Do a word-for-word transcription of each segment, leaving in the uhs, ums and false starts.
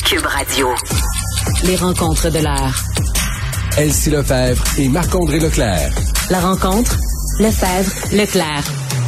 Cube Radio. Les rencontres de l'heure. Elsie Lefebvre et Marc-André Leclerc. La rencontre, Lefebvre-Leclerc.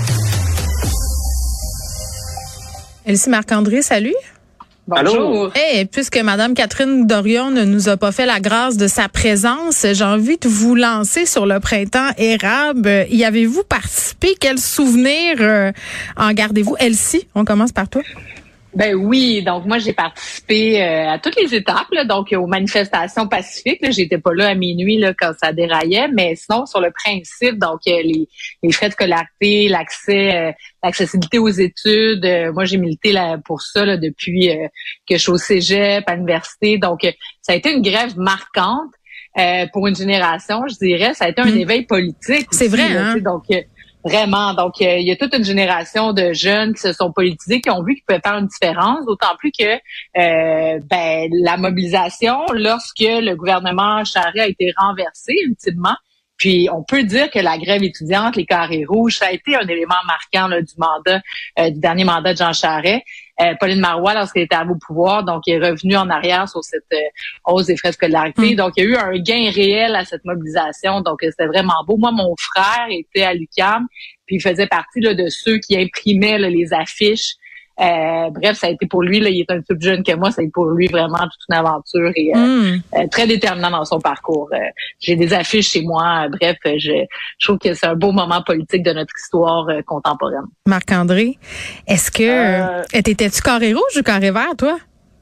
Elsie, Marc-André, salut. Bonjour. Hey, puisque Mme Catherine Dorion ne nous a pas fait la grâce de sa présence, j'ai envie de vous lancer sur le printemps érable. Y avez-vous participé? Quels souvenirs euh, en gardez-vous? Elsie, on commence par toi. Ben oui, donc moi j'ai participé euh, à toutes les étapes, là, donc aux manifestations pacifiques. Là, j'étais pas là à minuit là, quand ça déraillait, mais sinon sur le principe, donc euh, les, les frais de scolarité, l'accès, euh, l'accessibilité aux études. Euh, moi j'ai milité là, pour ça là, depuis euh, que je suis au cégep, à l'université. Donc euh, ça a été une grève marquante euh, pour une génération, je dirais. Ça a été un mmh. éveil politique. C'est aussi, vrai, là, hein? Donc euh, Vraiment. Donc, euh, il y a toute une génération de jeunes qui se sont politisés, qui ont vu qu'ils pouvaient faire une différence, d'autant plus que euh, ben la mobilisation, lorsque le gouvernement Charest a été renversé ultimement, puis on peut dire que la grève étudiante, les carrés rouges, ça a été un élément marquant là, du mandat, euh, du dernier mandat de Jean Charest. Euh, Pauline Marois, lorsqu'elle était arrivée au pouvoir, donc est revenue en arrière sur cette euh, hausse des frais de scolarité. Mmh. Donc, il y a eu un gain réel à cette mobilisation. Donc, c'était vraiment beau. Moi, mon frère était à l'U Q A M, puis il faisait partie là, de ceux qui imprimaient là, les affiches. Euh, bref, ça a été pour lui, là, il est un peu plus jeune que moi, ça a été pour lui vraiment toute une aventure et euh, mm. euh, très déterminant dans son parcours. Euh, j'ai des affiches chez moi, euh, bref, je, je trouve que c'est un beau moment politique de notre histoire euh, contemporaine. Marc-André, est-ce que euh, t'étais-tu carré rouge ou carré vert, toi?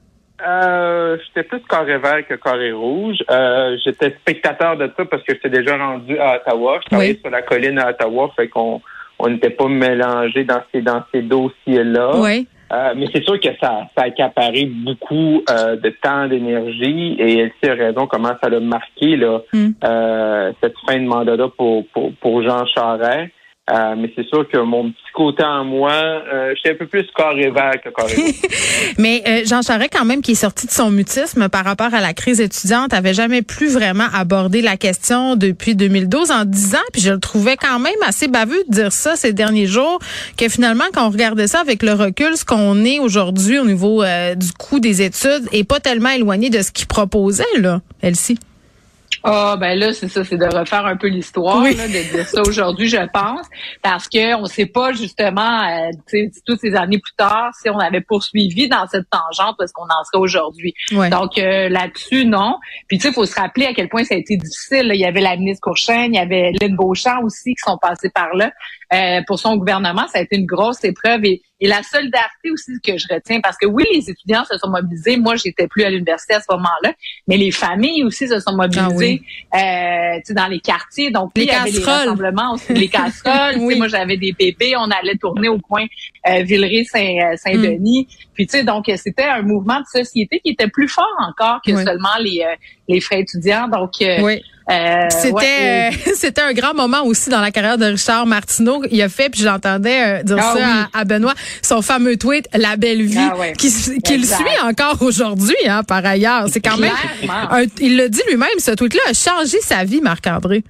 Euh, j'étais plus carré vert que carré rouge. Euh, j'étais spectateur de ça parce que j'étais déjà rendu à Ottawa. Je travaillais oui. sur la colline à Ottawa, fait qu'on on n'était pas mélangés dans ces dans ces dossiers-là. Oui. Euh, mais c'est sûr que ça, ça a accaparé beaucoup euh, de temps, d'énergie, et Elsie a raison comment ça l'a marqué là, mm. euh, cette fin de mandat-là pour, pour, pour Jean Charest. Euh, mais c'est sûr que mon petit côté en moi, euh, j'étais un peu plus carré vert que carré rouge. Mais euh, Jean Charest, quand même, qui est sorti de son mutisme par rapport à la crise étudiante, avait jamais plus vraiment abordé la question depuis deux mille douze en disant, puis je le trouvais quand même assez baveux de dire ça ces derniers jours, que finalement, quand on regardait ça avec le recul, ce qu'on est aujourd'hui au niveau euh, du coût des études est pas tellement éloigné de ce qu'il proposait, là, Elsie. Ah, ben là, c'est ça, c'est de refaire un peu l'histoire, oui. là, de dire ça aujourd'hui, je pense, parce que on sait pas justement, euh, tu sais, toutes ces années plus tard, si on avait poursuivi dans cette tangente, parce qu'on en serait aujourd'hui. Ouais. Donc euh, là-dessus, non. Puis tu sais, il faut se rappeler à quel point ça a été difficile. Là. Il y avait la ministre Courchaine, il y avait Lynn Beauchamp aussi qui sont passés par là. Euh, pour son gouvernement, ça a été une grosse épreuve et, et la solidarité aussi que je retiens, parce que oui, les étudiants se sont mobilisés. Moi, j'étais plus à l'université à ce moment-là, mais les familles aussi se sont mobilisées ah oui. euh, tu sais, dans les quartiers. Donc, les il y avait des rassemblements aussi, les casseroles. oui. Moi, j'avais des bébés, on allait tourner au coin euh, Villeray-Saint, Saint-Denis. Mm. Puis, tu sais, donc c'était un mouvement de société qui était plus fort encore que oui. seulement les euh, les frais étudiants. Donc, euh, oui. Euh, c'était ouais, euh, c'était un grand moment aussi dans la carrière de Richard Martineau. Il a fait, puis j'entendais euh, dire ah, ça oui. à, à Benoît, son fameux tweet « La belle vie ah, ouais. » qui, qui le suit encore aujourd'hui, hein, par ailleurs. C'est quand même... Un, il l'a dit lui-même, ce tweet-là a changé sa vie, Marc-André.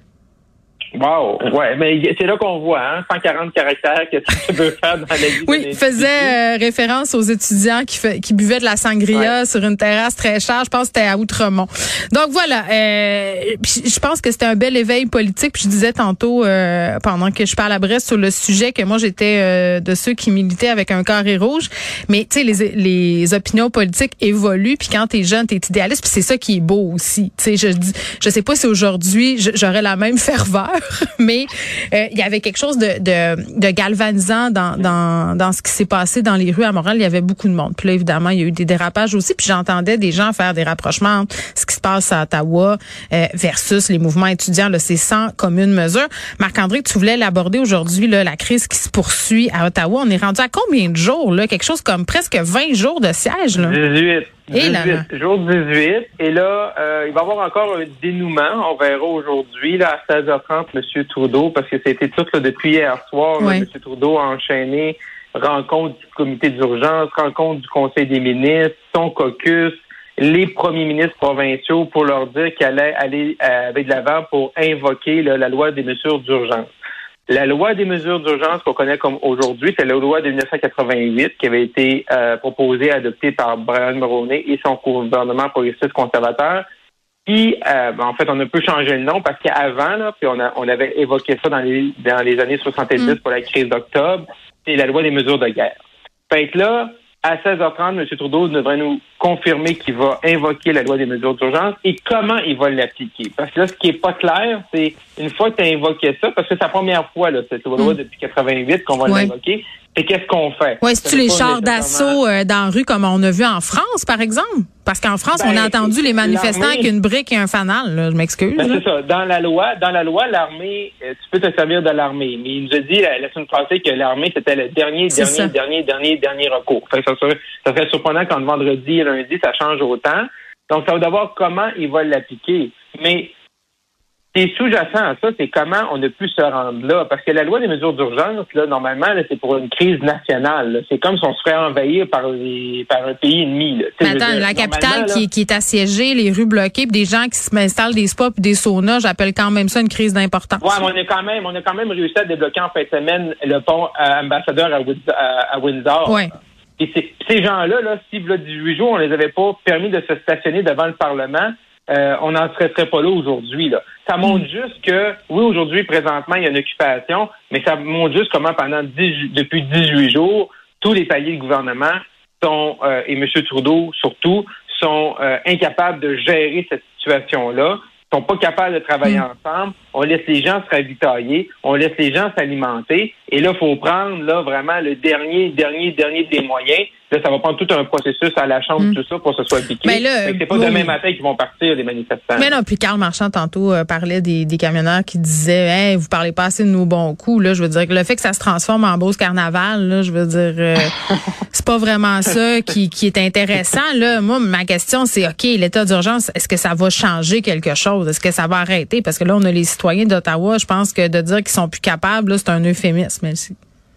Wow, ouais, mais c'est là qu'on voit, hein, cent quarante caractères, qu'est-ce que tu veux faire dans la vie. Oui, il faisait euh, référence aux étudiants qui, fait, qui buvaient de la sangria ouais. sur une terrasse très chère. Je pense que c'était à Outremont. Donc voilà, euh, je pense que c'était un bel éveil politique. Puis je disais tantôt, euh, pendant que je parle à Brest sur le sujet, que moi j'étais euh, de ceux qui militaient avec un carré rouge. Mais tu sais, les, les opinions politiques évoluent. Puis quand t'es jeune, t'es idéaliste. Puis c'est ça qui est beau aussi. Tu sais, je dis, je sais pas si aujourd'hui j'aurais la même ferveur. Mais euh, il y avait quelque chose de, de, de galvanisant dans, dans, dans ce qui s'est passé dans les rues à Montréal. Il y avait beaucoup de monde. Puis là, évidemment, il y a eu des dérapages aussi. Puis j'entendais des gens faire des rapprochements entre ce qui se passe à Ottawa euh, versus les mouvements étudiants. Là, c'est sans commune mesure. Marc-André, tu voulais l'aborder aujourd'hui, là, la crise qui se poursuit à Ottawa. On est rendu à combien de jours? Là? Quelque chose comme presque vingt jours de siège. Là. dix-huit. Et là, là. Jour dix-huit. Et là, euh, il va y avoir encore un dénouement. On verra aujourd'hui, là, à seize heures trente, M. Trudeau, parce que c'était tout là, depuis hier soir. Oui. Là, M. Trudeau a enchaîné rencontre du comité d'urgence, rencontre du Conseil des ministres, son caucus, les premiers ministres provinciaux pour leur dire qu'il allait aller euh, avec de l'avant pour invoquer là, la loi des mesures d'urgence. La loi des mesures d'urgence qu'on connaît comme aujourd'hui, c'est la loi de dix-neuf cent quatre-vingt-huit qui avait été euh, proposée et adoptée par Brian Mulroney et son gouvernement progressiste conservateur. Qui, euh, ben, en fait, on a peu changé le nom parce qu'avant, là, puis on, a, on avait évoqué ça dans les dans les années soixante-dix mmh. pour la crise d'octobre, c'est la loi des mesures de guerre. Fait que là, à seize heures trente, M. Trudeau devrait nous confirmer qu'il va invoquer la loi des mesures d'urgence et comment il va l'appliquer. Parce que là, ce qui est pas clair, c'est une fois que tu as invoqué ça, parce que c'est la première fois, là, cette loi mmh. depuis quatre-vingt-huit qu'on va ouais. l'invoquer, et qu'est-ce qu'on fait? Oui, c'est-tu les chars d'assaut euh, dans la rue comme on a vu en France, par exemple? Parce qu'en France, ben, on a entendu les manifestants avec une brique et un fanal, là. Je m'excuse. Ben, c'est ça. Dans la loi, dans la loi, l'armée, euh, tu peux te servir de l'armée. Mais il nous a dit la, la semaine passée que l'armée, c'était le dernier, c'est dernier, ça. dernier, dernier, dernier recours. Fait que ça, serait, ça serait surprenant quand vendredi et lundi, ça change autant. Donc, ça va devoir comment il va l'appliquer. Mais ce qui est sous-jacent à ça, c'est comment on a pu se rendre là. Parce que la loi des mesures d'urgence, là, normalement, là, c'est pour une crise nationale. Là. C'est comme si on se ferait envahir par, les, par un pays ennemi. Là. Mais attends, dire, la capitale qui, là, qui est assiégée, les rues bloquées, puis des gens qui s'installent des spas puis des saunas, j'appelle quand même ça une crise d'importance. Oui, mais on a quand même, on a quand même réussi à débloquer en fin de semaine le pont à Ambassadeur à, Windsor, à, à Windsor. Ouais. Et c'est, ces gens-là, là, si là, dix-huit jours, on les avait pas permis de se stationner devant le Parlement, euh, on n'en serait, serait pas là aujourd'hui. Là. Ça montre mmh. juste que, oui, aujourd'hui, présentement, il y a une occupation, mais ça montre juste comment pendant dix, depuis dix-huit jours, tous les paliers de gouvernement sont, euh, et M. Trudeau surtout, sont euh, incapables de gérer cette situation-là, sont pas capables de travailler mmh. ensemble. On laisse les gens se ravitailler, on laisse les gens s'alimenter, et là, il faut prendre là vraiment le dernier, dernier, dernier des moyens. Là, ça va prendre tout un processus à la Chambre, mmh. tout ça, pour que ce soit appliqué. Mais là, c'est pas oui. demain matin qu'ils vont partir, les manifestants. Mais non, puis Karl Marchand, tantôt, euh, parlait des, des camionneurs qui disaient « Hey, vous parlez pas assez de nos bons coups. » Là, je veux dire que le fait que ça se transforme en Beauce Carnaval, là, je veux dire, euh, c'est pas vraiment ça qui, qui est intéressant. Là, moi, ma question, c'est OK, l'état d'urgence, est-ce que ça va changer quelque chose? Est-ce que ça va arrêter? Parce que là, on a les citoyens d'Ottawa, je pense que de dire qu'ils sont plus capables, là, c'est un euphémisme, merci.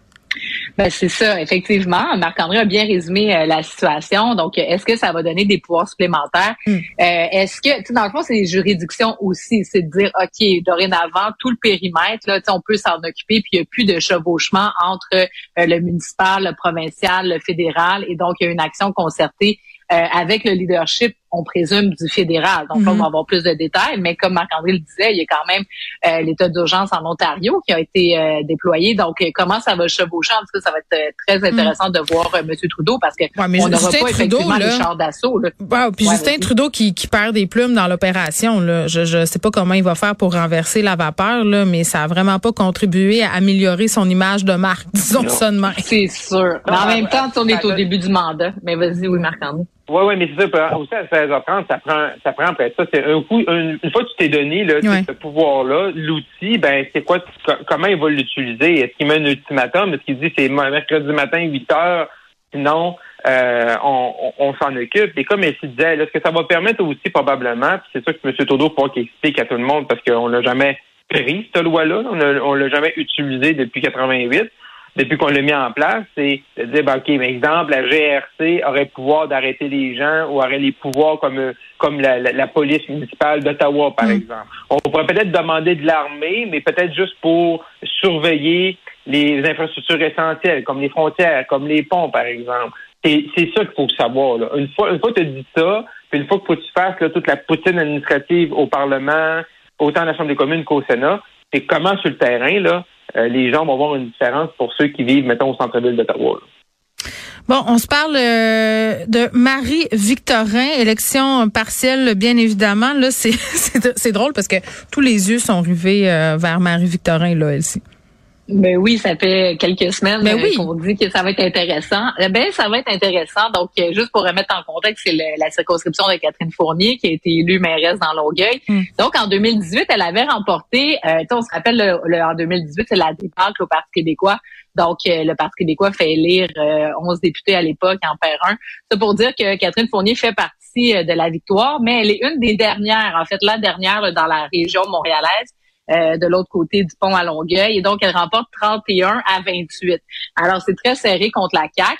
Ben c'est ça, effectivement. Marc-André a bien résumé euh, la situation. Donc, est-ce que ça va donner des pouvoirs supplémentaires? Mm. Euh, est-ce que, tu sais, dans le fond, c'est les juridictions aussi. C'est de dire, OK, dorénavant, tout le périmètre, là, tu sais, on peut s'en occuper, puis il n'y a plus de chevauchement entre euh, le municipal, le provincial, le fédéral. Et donc, il y a une action concertée euh, avec le leadership, on présume, du fédéral. Donc, mm-hmm. là, on va avoir plus de détails. Mais comme Marc-André le disait, il y a quand même euh, l'état d'urgence en Ontario qui a été euh, déployé. Donc, euh, comment ça va chevaucher? En tout cas, ça va être euh, très intéressant mm. de voir euh, M. Trudeau parce que ouais, on n'aura pas Trudeau, effectivement là, les chars d'assaut. Là. Wow, puis ouais, Justin Trudeau qui, qui perd des plumes dans l'opération. Là. Je je sais pas comment il va faire pour renverser la vapeur, là, mais ça a vraiment pas contribué à améliorer son image de marque. Disons non. ça de même. C'est sûr. Mais en même temps, on est au début du mandat. Mais vas-y, oui, Marc-André. Oui, oui, mais c'est ça. Aussi, à seize heures trente, ça prend, ça prend après ça. C'est un coup, une, une fois que tu t'es donné, là, ouais. ce pouvoir-là, l'outil, ben, c'est quoi, comment il va l'utiliser? Est-ce qu'il met un ultimatum? Est-ce qu'il dit c'est mercredi matin, huit heures? Sinon, euh, on, on, on s'en occupe. Et comme elle disait, là, ce que ça va permettre aussi, probablement, puis c'est ça que M. Trudeau pourra qu'il explique à tout le monde parce qu'on l'a jamais pris, cette loi-là. On, a, on l'a jamais utilisée depuis quatre-vingt-huit. Depuis qu'on l'a mis en place, c'est de dire, ben, OK, mais exemple, la G R C aurait le pouvoir d'arrêter les gens ou aurait les pouvoirs comme comme la, la, la police municipale d'Ottawa, par mmh. exemple. On pourrait peut-être demander de l'armée, mais peut-être juste pour surveiller les infrastructures essentielles, comme les frontières, comme les ponts, par exemple. C'est, c'est ça qu'il faut savoir. Là. Une fois, une fois que tu as dit ça, puis une fois qu'il faut que tu fasses là, toute la poutine administrative au Parlement, autant à la Chambre des communes qu'au Sénat, c'est comment sur le terrain, là, Euh, les gens vont voir une différence pour ceux qui vivent, mettons, au centre-ville d'Ottawa. Là. Bon, on se parle euh, de Marie-Victorin, élection partielle, bien évidemment. Là, c'est, c'est, c'est drôle parce que tous les yeux sont rivés euh, vers Marie-Victorin, là, elle-ci. Ben oui, ça fait quelques semaines ben euh, oui. qu'on dit que ça va être intéressant. Ben ça va être intéressant. Donc, euh, juste pour remettre en contexte, c'est le, la circonscription de Catherine Fournier qui a été élue mairesse dans Longueuil. Mm. Donc, en deux mille dix-huit, elle avait remporté, euh, on se rappelle, le, le, en deux mille dix-huit, c'est la débâcle au Parti québécois. Donc, euh, le Parti québécois fait élire euh, onze députés à l'époque, en perd un. C'est pour dire que Catherine Fournier fait partie euh, de la victoire, mais elle est une des dernières, en fait, la dernière là, dans la région montréalaise. Euh, de l'autre côté du pont à Longueuil. Et donc, elle remporte trente et un à vingt-huit. Alors, c'est très serré contre la C A Q.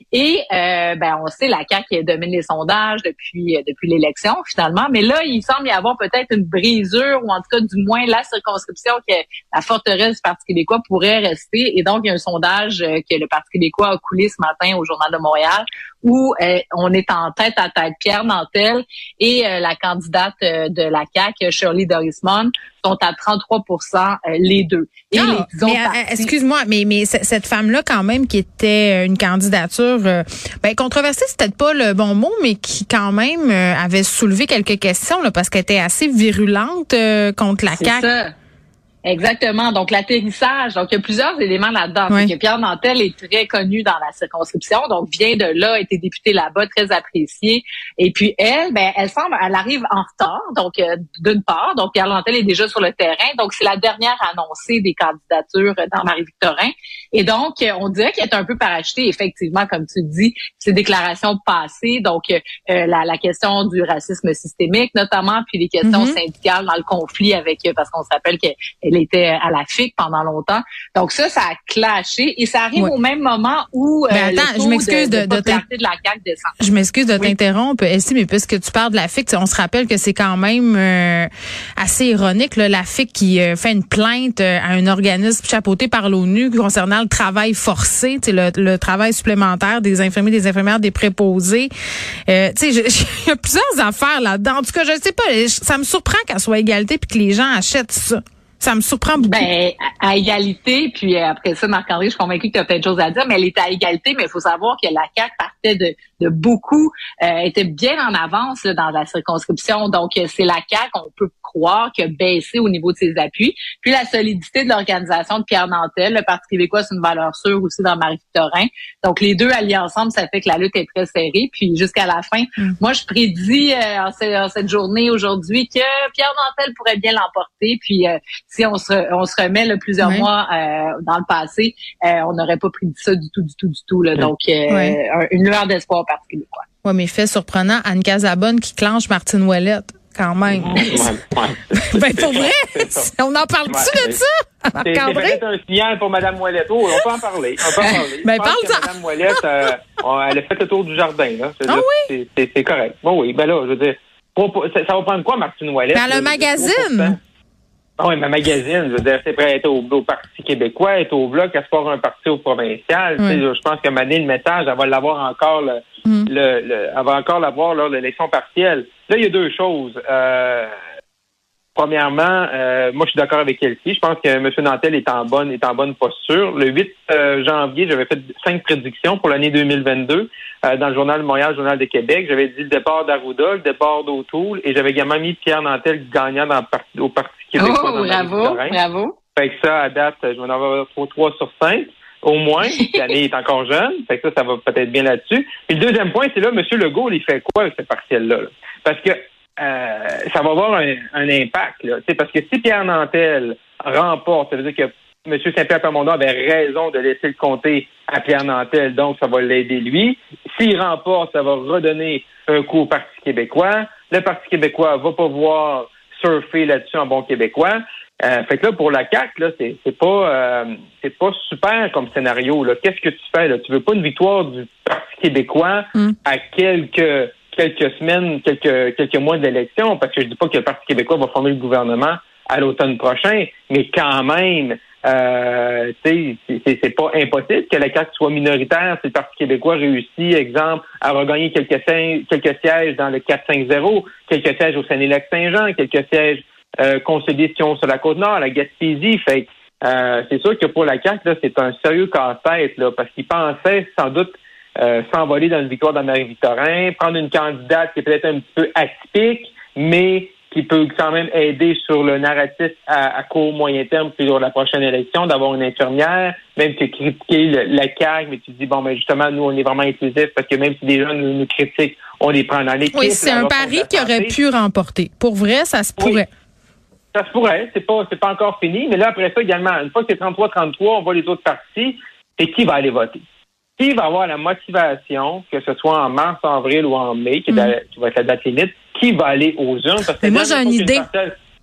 Et euh, ben on sait la C A Q domine les sondages depuis depuis l'élection finalement, mais là il semble y avoir peut-être une brisure ou en tout cas du moins la circonscription que la forteresse du Parti québécois pourrait rester. Et donc il y a un sondage que le Parti québécois a coulé ce matin au Journal de Montréal où euh, on est en tête à tête. Pierre Nantel et euh, la candidate euh, de la C A Q, Shirley Dorismond, sont à trente-trois pour cent euh, les deux. Et non, les mais, partis... excuse-moi, mais mais cette femme-là quand même qui était une candidature euh, ben controversée, c'est peut-être pas le bon mot, mais qui quand même euh, avait soulevé quelques questions là, parce qu'elle était assez virulente euh, contre la C A Q. C'est ça. Exactement. Donc, l'atterrissage. Donc, il y a plusieurs éléments là-dedans. Oui. C'est que Pierre Nantel est très connu dans la circonscription. Donc, vient de là, a été député là-bas, très apprécié. Et puis, elle, ben, elle semble, elle arrive en retard. Donc, euh, d'une part. Donc, Pierre Nantel est déjà sur le terrain. Donc, c'est la dernière annoncée des candidatures dans Marie-Victorin. Et donc, on dirait qu'elle est un peu parachetée, effectivement, comme tu dis, ces déclarations passées. Donc, euh, la, la question du racisme systémique, notamment, puis les questions mm-hmm. syndicales dans le conflit avec, parce qu'on se rappelle qu'elle elle était à la F I C pendant longtemps. Donc ça, ça a clashé et ça arrive ouais. au même moment où euh, mais attends, le taux je m'excuse de, de, de, de, popularité de la C A Q descend. Je m'excuse de oui. t'interrompre, Essie, mais puisque tu parles de la F I C, on se rappelle que c'est quand même euh, assez ironique, là, la F I C qui euh, fait une plainte euh, à un organisme chapeauté par l'ONU concernant le travail forcé, le, le travail supplémentaire des infirmiers, des infirmières, des préposés. Euh, tu sais, il y a plusieurs affaires là-dedans. En tout cas, je sais pas, ça me surprend qu'elle soit à égalité puis que les gens achètent ça. Ça me surprend beaucoup. Ben, à, à égalité, puis après ça, Marc-André, je suis convaincue que tu as plein de choses à dire, mais elle était à égalité, mais il faut savoir que la C A Q partait de, de beaucoup, euh, était bien en avance là, dans la circonscription. Donc, c'est la C A Q, on peut croire, qui a baissé au niveau de ses appuis. Puis la solidité de l'organisation de Pierre Nantel, le Parti québécois, c'est une valeur sûre aussi dans Marie-Victorin. Donc, les deux alliés ensemble, ça fait que la lutte est très serrée. Puis jusqu'à la fin, mm. moi, je prédis euh, en, ce, en cette journée aujourd'hui que Pierre Nantel pourrait bien l'emporter. Puis euh, si on se, on se remet là, plusieurs oui. mois euh, dans le passé, euh, on n'aurait pas prédit ça du tout, du tout, du tout. Là. Donc, euh, oui. une lueur d'espoir au Parti québécois. Oui, mais fait surprenant, Anne Casabonne qui clenche Martine Ouellette. Quand même. Ouais, ouais. Ben, pour vrai, on en parle-tu ouais, de ça? C'est, c'est peut-être un signal pour Mme Ouellette. Oh, on peut en parler. On peut en parler. Ben, parle-en. Mme Ouellette, euh, elle a fait le tour du jardin. Là. Ah dire, oui? C'est, c'est, c'est correct. Bon, oui, ben là, je veux dire, pour, pour, ça, ça va prendre quoi, Martine Ouellette? Ben, elle a un magazine. Ah oui, ma magazine, je veux dire, c'est prêt à être au, au Parti québécois, être au Bloc, à se faire un parti au provincial. Oui. Tu sais, je pense qu'à un moment donné, le message, elle va l'avoir encore, le, mm. le, le, elle va encore l'avoir lors de l'élection partielle. Là, il y a deux choses. Euh, premièrement, euh, moi, je suis d'accord avec Elsie. Je pense que M. Nantel est en bonne, est en bonne posture. Le huit janvier, j'avais fait cinq prédictions pour l'année deux mille vingt-deux euh, dans le Journal de Montréal, le Journal de Québec. J'avais dit le départ d'Arruda, le départ d'O'Toole et j'avais également mis Pierre Nantel gagnant dans le parti, au Parti québécois. Oh, dans bravo, bravo. Fait que ça, à date, je vais en avoir trois sur cinq. Au moins, l'année est encore jeune. Fait que ça, ça va peut-être bien là-dessus. Puis le deuxième point, c'est là, M. Legault, il fait quoi avec cette partielle-là? Là? Parce que euh, ça va avoir un, un impact. Là. Parce que si Pierre Nantel remporte, ça veut dire que M. Saint-Pierre Plamondon avait raison de laisser le comté à Pierre Nantel, donc ça va l'aider lui. S'il remporte, ça va redonner un coup au Parti québécois. Le Parti québécois va pouvoir surfer là-dessus en bon québécois. Euh, fait que là, pour la C A Q, là, c'est, c'est pas euh, c'est pas super comme scénario. Là. Qu'est-ce que tu fais? Là? Tu veux pas une victoire du Parti québécois mm. à quelques quelques semaines, quelques quelques mois d'élection, parce que je dis pas que le Parti québécois va former le gouvernement à l'automne prochain, mais quand même, euh, tu sais, c'est, c'est pas impossible que la C A Q soit minoritaire si le Parti québécois réussit, exemple, à regagner quelques quelques sièges dans le quatre cinq zéro, quelques sièges au Saguenay-Lac-Saint-Jean, quelques sièges Euh, concédés sur la Côte-Nord, à la Gaspésie. Fait euh, c'est sûr que pour la C A Q, là, c'est un sérieux casse-tête, là, parce qu'ils pensaient sans doute euh, s'envoler dans une victoire dans Marie-Victorin, prendre une candidate qui est peut-être un petit peu atypique, mais qui peut quand même aider sur le narratif à, à court, moyen terme, puis sur la prochaine élection, d'avoir une infirmière, même que critiquer le, la C A Q, mais tu te dis, bon, ben justement, nous, on est vraiment inclusifs, parce que même si des gens nous, nous critiquent, on les prend dans l'équipe. Oui, c'est un pari qui aurait pu remporter. Pour vrai, ça se pourrait. Oui. Ça se pourrait, c'est pas c'est pas encore fini, mais là, après ça, également, une fois que c'est trente-trois trente-trois, on voit les autres partis, et qui va aller voter? Qui va avoir la motivation, que ce soit en mars, en avril ou en mai, qui, mm. la, qui va être la date limite, qui va aller aux urnes? Parce que mais moi, j'ai une idée.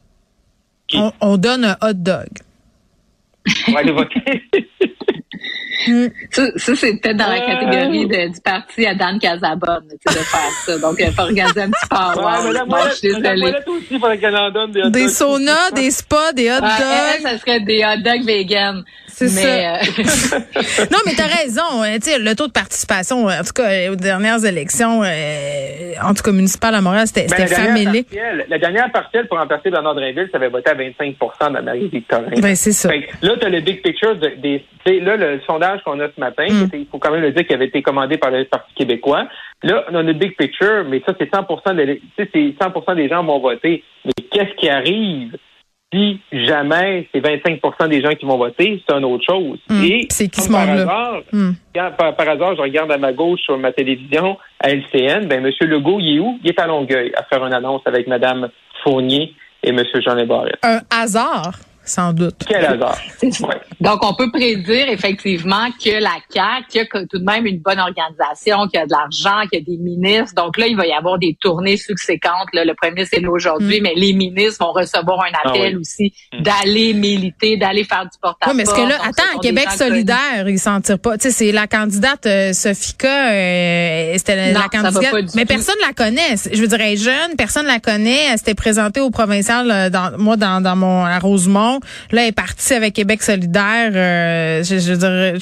Qui... On, on donne un hot dog. On va aller voter. Mm. Ça, ça c'est peut-être dans la catégorie de, du parti à Dan Casabonne, tu sais, de faire ça. Donc, il faut organiser un petit power. Ouais, mais la Bon, je suis désolée. aussi, faudrait qu'elle en donne des hot dogs. Des saunas, des spas, des hot dogs. Ouais, elle, ça serait des hot dogs vegan. C'est mais, ça. Euh... non, mais t'as raison. Tu sais, le taux de participation, en tout cas, aux dernières élections, euh, en tout cas municipales à Montréal, c'était ben, famélique. La dernière partielle pour remplacer Bernard Drinville, ça avait voté à vingt-cinq pour cent dans Marie-Victorin. Ben, c'est ça. Fait que là, t'as le big picture de, des, là, le sondage qu'on a ce matin, mm. il faut quand même le dire qu'il avait été commandé par le Parti québécois. Là, on a le big picture, mais ça, c'est cent pour cent de, c'est cent pour cent des gens vont voter. Mais qu'est-ce qui arrive si jamais c'est vingt-cinq pour cent des gens qui vont voter, c'est une autre chose. Mm. Et c'est qui ce par monde-là? hasard, mm. par, par hasard, je regarde à ma gauche sur ma télévision à L C N, ben M. Legault, il est où? Il est à Longueuil à faire une annonce avec Mme Fournier et M. Jean Barrette. Un hasard? Sans doute. Quel hasard. Ouais. Donc, on peut prédire effectivement que la C A Q, qu'il y a tout de même une bonne organisation, qu'il y a de l'argent, qu'il y a des ministres. Donc là, il va y avoir des tournées subséquentes. Là. Le premier ministre est là aujourd'hui, mm. mais les ministres vont recevoir un appel ah oui. aussi mm. d'aller militer, d'aller faire du porte-à-porte. Oui, mais est-ce que là, donc, attends, Québec solidaire, ils s'en tirent pas. Tu sais, c'est la candidate euh, Sophika, euh, c'était non, la candidate. Mais tout. personne la connaît. Je veux dire, elle est jeune, personne la connaît. Elle s'était présentée au provincial, dans, moi, dans, dans mon à Rosemont. Là, elle est partie avec Québec solidaire. Euh, je, je veux dire, je,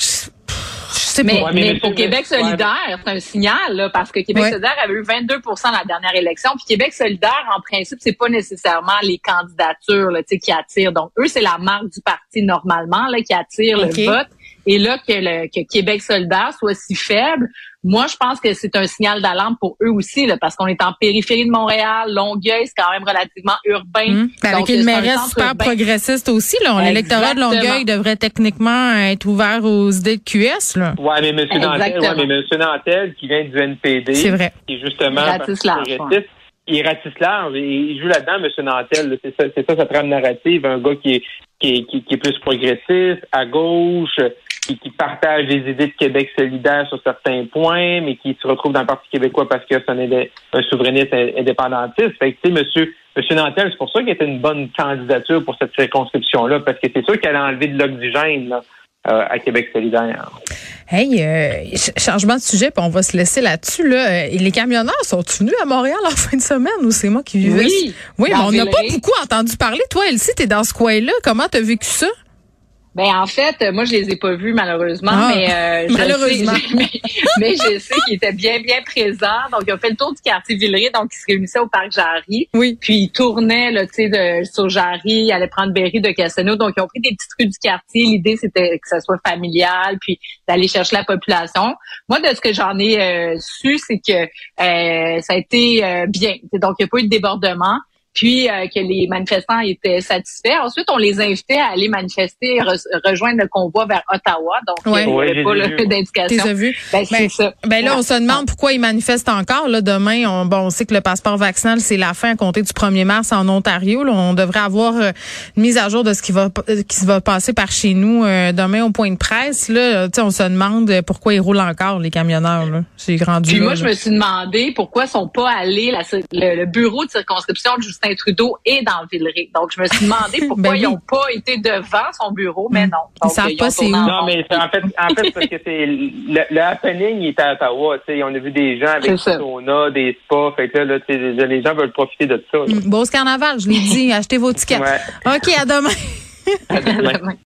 je sais mais, pas. Ouais, mais, mais pour Québec solidaire, ouais. c'est un signal, là, parce que Québec ouais. solidaire avait eu vingt-deux pour cent à la dernière élection. Puis Québec solidaire, en principe, c'est pas nécessairement les candidatures là, qui attirent. Donc, eux, c'est la marque du parti normalement là, qui attire okay. le vote. Et là, que, le, que Québec solidaire soit si faible, moi, je pense que c'est un signal d'alarme pour eux aussi, là, parce qu'on est en périphérie de Montréal. Longueuil, c'est quand même relativement urbain. Mmh. Donc, avec une mairesse super urbain. progressiste aussi. Là. L'électorat de Longueuil devrait techniquement être ouvert aux idées de Q S. Là. Oui, mais M. Nantel, ouais, mais M. Nantel, qui vient du N P D, c'est vrai. qui est justement ratisse large, progressiste, il est ratisse large et il joue là-dedans, M. Nantel. C'est ça, c'est ça sa trame narrative. Un gars qui est, qui est, qui, qui est plus progressiste, à gauche, qui, qui partage les idées de Québec solidaire sur certains points, mais qui se retrouve dans le Parti québécois parce que c'est un, un souverainiste indépendantiste. Fait que, tu sais, monsieur, monsieur Nantel, c'est pour ça qu'il était une bonne candidature pour cette circonscription-là, parce que c'est sûr qu'elle a enlevé de l'oxygène, là, euh, à Québec solidaire. Hey, euh, changement de sujet, puis on va se laisser là-dessus. Là. Et les camionneurs sont-ils venus à Montréal en fin de semaine ou c'est moi qui vivais? Oui. Oui, mais on n'a pas beaucoup entendu parler. Toi, Elsie, t'es dans ce coin-là. Comment t'as vécu ça? Ben en fait, moi je les ai pas vus malheureusement, ah, mais euh, je malheureusement. sais, mais, mais je sais qu'ils étaient bien bien présents. Donc ils ont fait le tour du quartier Villeray, donc ils se réunissaient au parc Jarry. Oui. Puis ils tournaient là, tu sais, de sur Jarry, ils allaient prendre Berry de Castelnau. Donc ils ont pris des petites rues du quartier. L'idée c'était que ça soit familial, puis d'aller chercher la population. Moi de ce que j'en ai euh, su, c'est que euh, ça a été euh, bien. Donc il n'y a pas eu de débordement. Puis euh, que les manifestants étaient satisfaits. Ensuite, on les invitait à aller manifester, re- rejoindre le convoi vers Ottawa. Donc, ouais. il n'y avait ouais, pas là, d'indication. T'es vu? Ben, c'est ben, ça. Ben là, on se demande pourquoi ils manifestent encore. Là, demain, on, bon, on sait que le passeport vaccinal, c'est la fin à compter du premier mars en Ontario. Là, on devrait avoir euh, une mise à jour de ce qui va qui va passer par chez nous euh, demain au point de presse. Là, on se demande pourquoi ils roulent encore, les camionneurs. Là. C'est rendu Puis là, moi, là. je me suis demandé pourquoi ils sont pas allés, la, le, le bureau de circonscription de Justin Trudeau est dans Villeray. Donc, je me suis demandé pourquoi ben oui. ils n'ont pas été devant son bureau, mais non. Donc, ils savent ils pas c'est où. Non, mais c'est en fait, en fait, parce que c'est le, le happening, il est à Ottawa. Tu sais, on a vu des gens avec des saunas, des spas. Fait que là, là tu sais, les gens veulent profiter de ça. Beauce Carnaval, je l'ai dit. Achetez vos tickets. Ouais. OK, à demain. À demain.